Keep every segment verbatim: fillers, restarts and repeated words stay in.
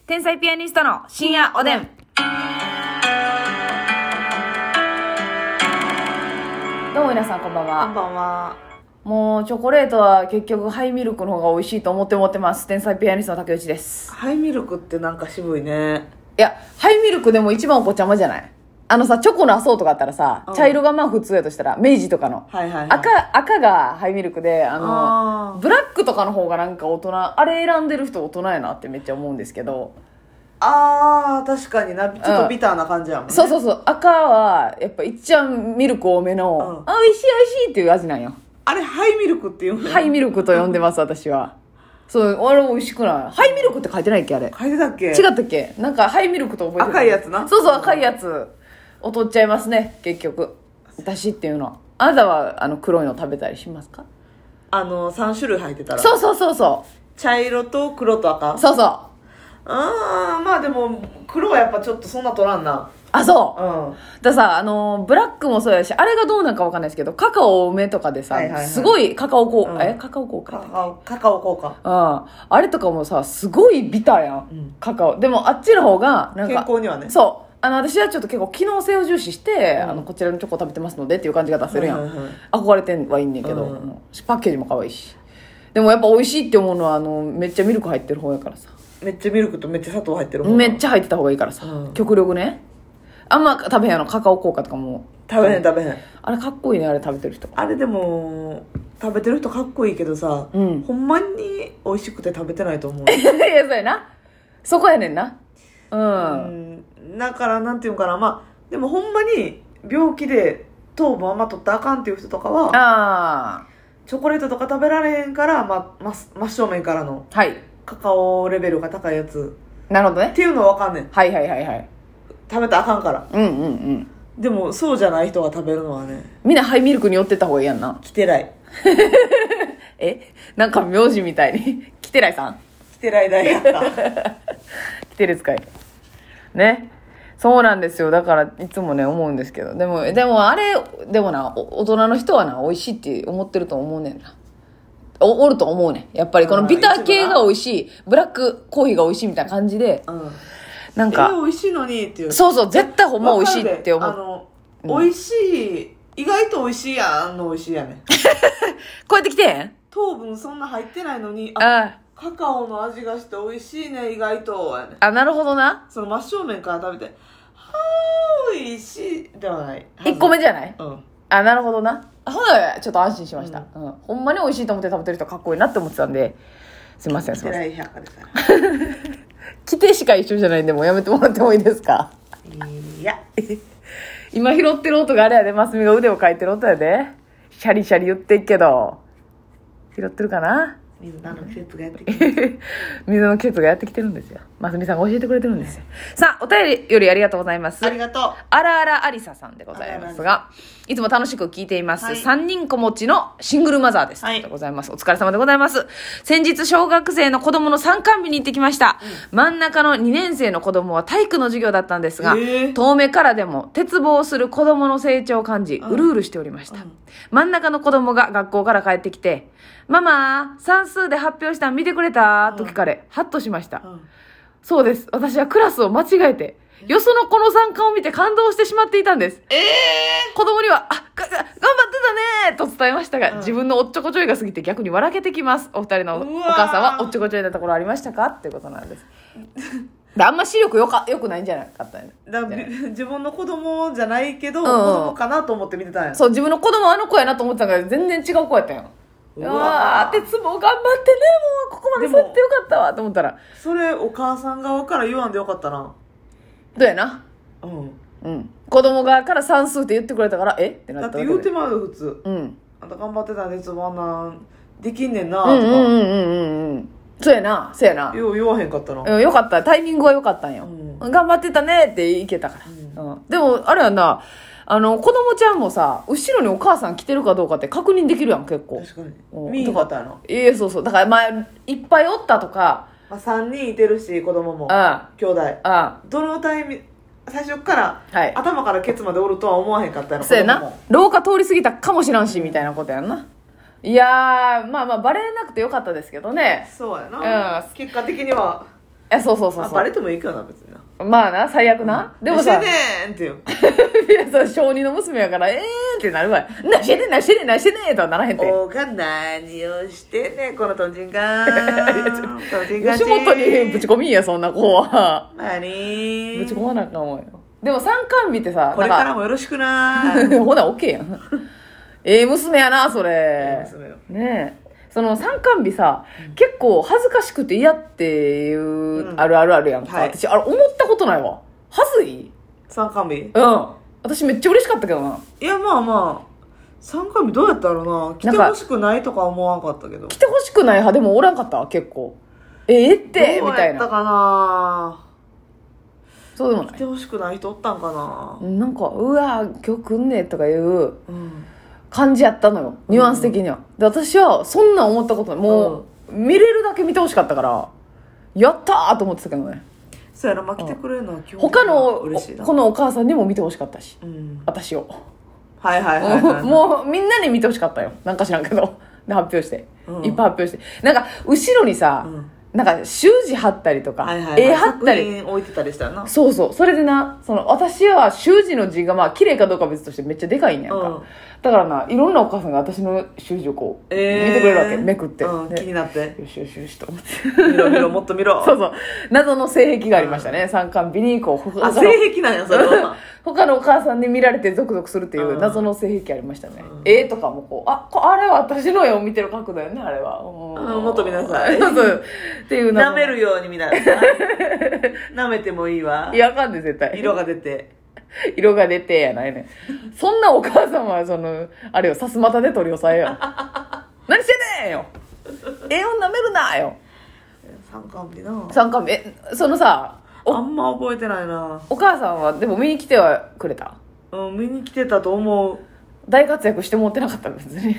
天才ピアニストの深夜おでん。どうも皆さんこんばんは。 こんばんは。 もうチョコレートは結局ハイミルクの方が美味しいと思って思ってます。天才ピアニストの竹内です。 ハイミルクってなんか渋いね。 いや、ハイミルクでも一番お子ちゃまじゃない？あのさ、チョコのアソートがあったらさ、 うん茶色がまあ普通やとしたら、明治とかの。 はいはいはい。 赤、赤がハイミルクで、あの、 あーブラックとかの方がなんか大人、あれ選んでる人大人やなってめっちゃ思うんですけど。 あー、確かにな。ちょっとビターな感じやもんね。 そうそうそう、赤は、やっぱいっちゃんミルク多めの、 うんあ、美味しい美味しいっていう味なんよ。 あれ、ハイミルクっていうの？ ハイミルクと呼んでます、私は。そう、あれ美味しくない？ハイミルクって書いてないっけあれ。 書いてたっけ？ 違ったっけ？なんかハイミルクと覚えてる。 赤いやつな。 そうそう、赤いやつを取っちゃいますね、結局。私っていうのは。あなたはあの黒いの食べたりしますか？ あの、さん種類入ってたら。 そうそうそうそ茶色と黒と赤。 う。そうそう。 あー、まあでも、黒はやっぱちょっとそんな取らんな。 あ、そう。 うん。 ださ、あの、ブラックもそうやし、あれがどうなんかわかんないですけど、カカオ多めとかでさ、 はいはいはいすごいカカオ効果、 うんえカカオ効果カカオ、カカオ効果。 うん。あれとかもさ、すごいビターやん。 うんカカオ。でもあっちの方が、なんか。 健康にはね。 そう。あの、私はちょっと結構機能性を重視して、 うんあの、こちらのチョコ食べてますのでっていう感じが出せるやん。 はいはいはい憧れてんはいいんねんけど、 うんパッケージも可愛いし。でもやっぱ美味しいって思うのは、あの、めっちゃミルク入ってる方やからさ。 めっちゃミルクとめっちゃ砂糖入ってる方がめっちゃ入ってた方がいいからさ。 うん極力ね。あんま食べへんやの、カカオ効果とかも。 食べへん食べへん。 あれかっこいいね、あれ食べてる人。 あれでも食べてる人かっこいいけどさ、 うんほんまに美味しくて食べてないと思う。 いや、そうやな。そこやねんな。うん。 うん、だからなんていうのかな、まあでもほんまに病気で糖分あんま取ったらあかんっていう人とかはあチョコレートとか食べられへんから、まあ、真真正面からのあ。はい。 カカオレベルが高いやつなるほどね。 っていうのは分かんねん。 はいはいはいはい。 食べたらあかんから。 うんうんうん。 でもそうじゃない人が食べるのはね、 みんなハイミルクに寄ってった方がいいやんな。 キテライえなんか名字みたいに。キテライさんキテライ大やったキテレ使い。ね。そうなんですよ。だからいつもね思うんですけど。でも、でもあれ、でもな、お大人の人はな、美味しいって思ってると思うねんな。お、おると思うねん。やっぱりこのビター系が美味しい、ブラックコーヒーが美味しいみたいな感じで、 うんなんか、 えー美味しいのにっていう。 そうそう、絶対ほんま美味しいって思う。 わかるであの、 うん美味しい意外と美味しいやんの美味しいやねこうやって来てへん糖分そんな入ってないのにああカカオの味がして美味しいね意外とやねあ、なるほどな。 その真正面から食べてはー美味しいではないいっこめじゃないうんあ、なるほどな。ほな、ちょっと安心しました。うん。ほんまに美味しいと思って食べてる人かっこいいなって思ってたんで、すいません、すいません。 キテライ百科ですから規定しか一緒じゃないんで、もうやめてもらってもいいですか？ いや今拾ってる音があれやで、ますみが腕をかいてる音やで。シャリシャリ言ってっけど。拾ってるかな？ 水菜の季節がやってきて水の季節がやってきてるんですよ。ますみさんが教えてくれてるんですよ。さあ、お便りよりありがとうございます。 ありがとうあらあらありささんでございますが、いつも楽しく聞いています。 はいさんにん子持ちのシングルマザーです。 はいありがとうございます。お疲れ様でございます。先日、小学生の子供の参観日に行ってきました。真ん中のにねん生の子供は体育の授業だったんですが、 えー遠目からでも鉄棒する子供の成長を感じ、 んうるうるしておりました。 うん真ん中の子供が学校から帰ってきて、ママ、算数で発表したん見てくれたと聞かれ、ハッとしました。 うんそうです。私はクラスを間違えて、よその子の参加を見て感動してしまっていたんです。 ええ子供には、あ、が、が頑張ってたねと伝えましたが、 うん自分のおっちょこちょいが過ぎて逆に笑けてきます。お二人のおうわー母さんはおっちょこちょいなところありましたかっていうことなんです。であんま視力よか、よくないんじゃなかったね。 だから自分の子供じゃないけど、 ん子供かなと思って見てたんやそう、自分の子供あの子やなと思ってたから全然違う子やったんよ。ううわーわー、鉄棒頑張ってね、もうここまでそうやってよかったわと思ったら、 それお母さん側から言わんでよかったなどうやな。 うんうん。子供側から算数って言ってくれたから、えってなだってったわけで。 言うてまうよ普通うん。 あんた頑張ってたねつばんなんできんねんなとか、 うんうんうんうんうんうん。そうやな、そうやな。 よう言わへんかったな、 うん、よかった。タイミングはよかったんよ。 う頑張ってたねっていけたから。うん。でも、あれやんな、あの、子供ちゃんもさ、後ろにお母さん来てるかどうかって確認できるやん、結構。 確かにうん見んかったやな、 ええ、そうそう。だから、まあ、いっぱいおったとか、 まあ、さんにんいてるし子供もあ兄弟あ、 どのタイミング最初から、 はい頭からケツまでおるとは思わへんかったやろそうやな子供も。 廊下通り過ぎたかもしらんし、みたいなことやんな。いやー、まあまあ、バレなくてよかったですけどね。 そうやな、 うん結果的にはやそうそうそうそうあバレてもいいかな別にな。 まあな最悪な、でもさしてねーんってよ。 いやそう小児の娘やからえーってなるわなしてねなしてねなしてねとはならへんておが何をしてんねんこのトンチンカーン。トンチンカーン吉本にぶち込みんやそんな子は何ぶち込まなあかんわよ。でも参観日ってさこれからもよろしくなー。 ほな OK やんええ娘やなそれ、 ええ娘よねえその参観日さ、うん、結構恥ずかしくて嫌っていうあるあるあるやんか、うんはい、私あれ思ったことないわ。はずい参観日うん私めっちゃ嬉しかったけどな。 いやまあまあ参観日どうやったろうな。来てほしくないとか思わんかったけど来てほしくない派でもおらんかった結構ええってみたいな。 どうやったかな。 そうでもない。 来てほしくない人おったんかな。 なんかうわ今日来んねとかいう感じやったのよ、ニュアンス的には、うん、で私はそんなん思ったことない。もう、うん、見れるだけ見てほしかったからやったーと思ってたけどね。 そうやな、まあ、来てくれるのは基本他のこのお母さんにも見てほしかったし、うん、私をはいはいはい、はい、 もうみんなに見てほしかったよ。なんか知らんけどで発表して、うん、いっぱい発表してなんか後ろにさ、うんなんか習字貼ったりとか、はいはいはい、絵貼ったり作品置いてたりしたよな。 そうそうそれでなその私は習字の字がまあ綺麗かどうかは別としてめっちゃでかいんやんか、うん、だからないろんなお母さんが私の習字をこう、えー、見てくれるわけめくって、 うん、気になってよしよしよしと思って見ろ見ろもっと見ろそうそう謎の性癖がありましたね、うん、参観日にこうあ性癖なんやそれは他のお母さんに見られてゾクゾクするっていう謎の性癖ありましたね、うん、絵とかもこうああれは私の絵を見てる角度よねあれは、 うん、もっと見なさいそうそうっていう舐めるように見なさい舐めてもいいわ。 いやあかんで絶対色が出て色が出てやないねそんなお母さんはそのあれよさすまたで取り押さえよ何してんねんよ絵を舐めるなよ。 参観日な参観日えそのさあんま覚えてないな。 お母さんはでも見に来てはくれた。 うん見に来てたと思う。 大活躍してもってなかった別に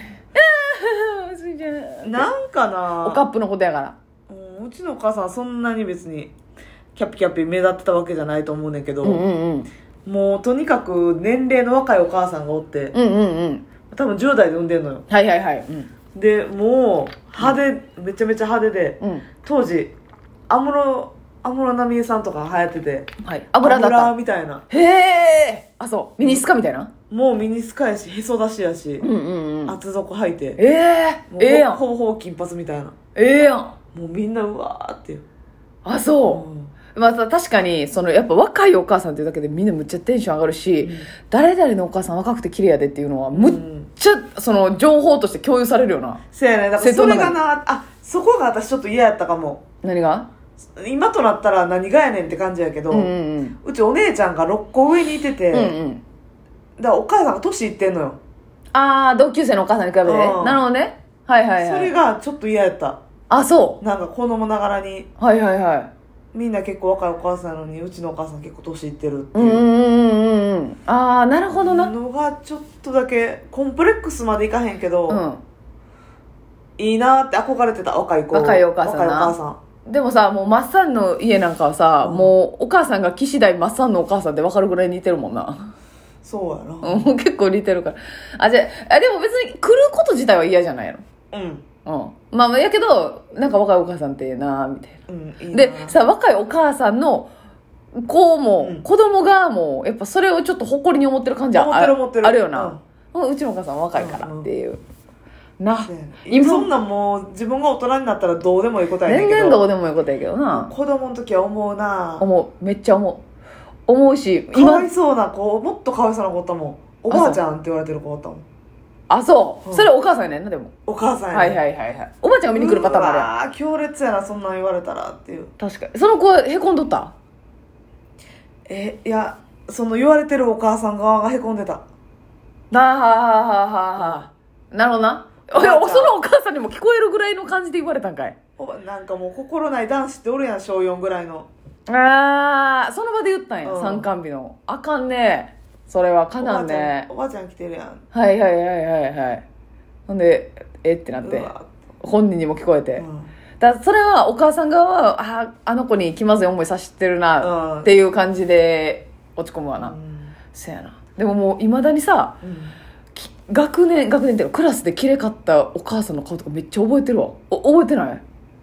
なんかなおカップのことやから、 うん、うちのお母さんはそんなに別にキャピキャピ目立ってたわけじゃないと思うねんけど、 うんうんうん、 もうとにかく年齢の若いお母さんがおって、 うんうんうん、 多分じゅう代で産んでんのよ。 はいはいはい、うん、 でもう派手、うん、めちゃめちゃ派手で、うん、当時安室安室奈美恵さんとか流行ってて、 はい、油だった油みたいな。 へえあそうミニスカみたいな、 もうミニスカやしへそ出しやし、 うんうんうん、 厚底履いてええー、ええやんほぼほぼ金髪みたいな。 ええやんもうみんなうわーっていう。 あそう、うんまあ、確かにそのやっぱ若いお母さんっていうだけでみんなむっちゃテンション上がるし、うん、誰々のお母さん若くて綺麗やでっていうのはむっちゃその情報として共有されるよな。 そうやね。だからそれがなあそこが私ちょっと嫌やったかも。 何が今となったら何がやねんって感じやけど、うんうんうん、うちお姉ちゃんがろっこ上にいてて、うんうん、だからお母さんが年いってんのよ。 ああ同級生のお母さんに比べて、うん、なるほどねはいはいはい。 それがちょっと嫌やった。 あそうなんか子供ながらにはいはいはいみんな結構若いお母さんなのにうちのお母さん結構年いってるっていう。 うんうんうんうんああなるほどなのがちょっとだけコンプレックスまでいかへんけど、うん、いいなって憧れてた若い子若いお母さんな。若いお母さんでもさもうマッサンの家なんかはさ、うん、もうお母さんが岸大マッサンのお母さんで分かるぐらい似てるもんな。 そうやな、 うん、結構似てるからあじゃあでも別に来ること自体は嫌じゃないの。 うんうん、まあやけどなんか若いお母さんってええなみたいな、 うん、いいなでさ若いお母さんの子も、うん、子供がもうやっぱそれをちょっと誇りに思ってる感じは あ, あるよな、うん、うちのお母さんは若いからっていう、うんうん、な今そんなんもう自分が大人になったらどうでもいいことやねんけど全然どうでもいいことやけどな子供の時は思うな思うめっちゃ思う思うしかわいそうな子もっとかわいそうな子おったもんおばあちゃんって言われてる子おったもんあそう、うん、それお母さんやねんなでもお母さんやねんはいはいはいはいおばあちゃんが見に来るパターンもあるやん。 うわ強烈やなそんなん言われたらっていう。 確かにその子はへこんどった。 えいやその言われてるお母さん側がへこんでた。 あーはーはーはーはーなるほどな。そのお母さんにも聞こえるぐらいの感じで言われたんかい。 おばなんかもう心ない男子っておるやん小よんぐらいの。 ああその場で言ったんや、うん、参観日のあかんねそれはかなんねおばあちゃん来てるやんはいはいはいはいはいほんでえってなって本人にも聞こえて、うん、だそれはお母さん側は あ, あの子に気まずい思いさせてるなっていう感じで落ち込むわな、うん、そやな。でももういまだにさ、うん、学年学年っていうかクラスできれかったお母さんの顔とかめっちゃ覚えてるわ。お覚えてない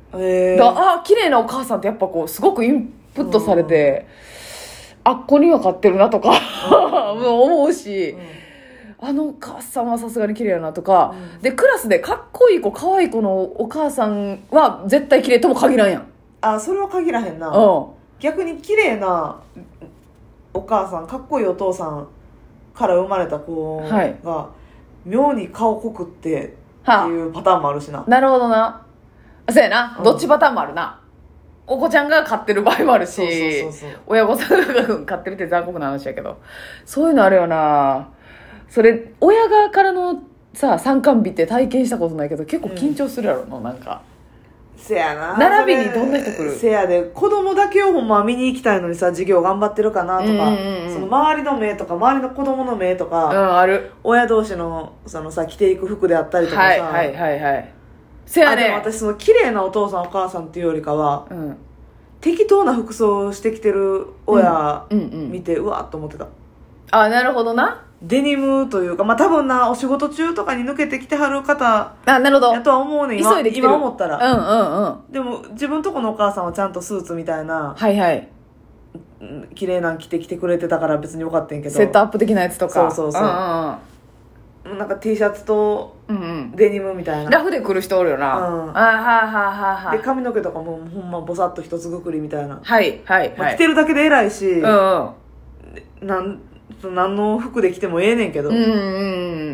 へえだああ綺麗なお母さんってやっぱこうすごくインプットされて、あっこには買ってるなとか思うし、うん、あのお母さんはさすがに綺麗やなとか、うん、でクラスでかっこいい子可愛い子のお母さんは絶対綺麗とも限らんやん。 あ、それは限らへんな、 うん、逆に綺麗なお母さん、かっこいいお父さんから生まれた子が、はい、妙に顔濃くってっていうパターンもあるしな。 なるほどな。そうやな、うん、どっちパターンもあるな。お子ちゃんが飼ってる場合もあるし、そうそうそうそう、親御さんが飼ってるって残酷な話やけど、そういうのあるよな。それ親側からのさ参観日って体験したことないけど結構緊張するやろな、うん、なんかせやな。 並びにどんな人来る。 せやで、子供だけをほんま見に行きたいのにさ、授業頑張ってるかなとか、うんうんうん、その周りの目とか周りの子供の目とか、 うん、ある。 親同士のそのさ着ていく服であったりとかさ、 はいはいはいはい。せやね。 あ、でも私その綺麗なお父さんお母さんっていうよりかは、うん、適当な服装をしてきてる親見て、うんうんうん、うわっと思ってた。 あ、なるほどな。 デニムというか、まあ多分な、お仕事中とかに抜けてきてはる方あ、なるほど。 やとは思うねん、今、 急いで来てる。 今思ったら。 うんうんうん。 でも自分とこのお母さんはちゃんとスーツみたいな、 はいはい。 綺麗なん着てきてくれてたから別によかったんやけど。 セットアップ的なやつとか。 そうそうそう。うんうんうん、 なんか T シャツとデニムみたいな。 うんうん、ラフで来る人おるよな。うん。あはははは。 で、髪の毛とかもほんまボサッと一つぐくりみたいな。 はいはいまあ、着てるだけで偉いし、 うんうん、 なん何の服で着てもええねんけど、うんうんうん、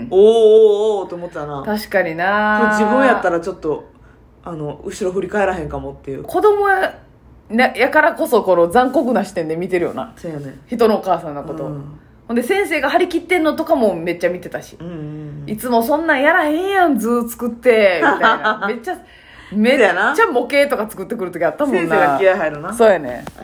おーおーおーと思ってたな。 確かにな。 これ自分やったらちょっとあの後ろ振り返らへんかもっていう。 子供や、ね、やからこそこの残酷な視点で見てるよな。 そうやね。 人のお母さんのこと、うん、ほんで先生が張り切ってんのとかもめっちゃ見てたし、うんうんうん、いつもそんなんやらへんやん図作ってみたいなめっちゃめっちゃ模型とか作ってくる時あったもんな。 先生が気合入るな。 そうやね。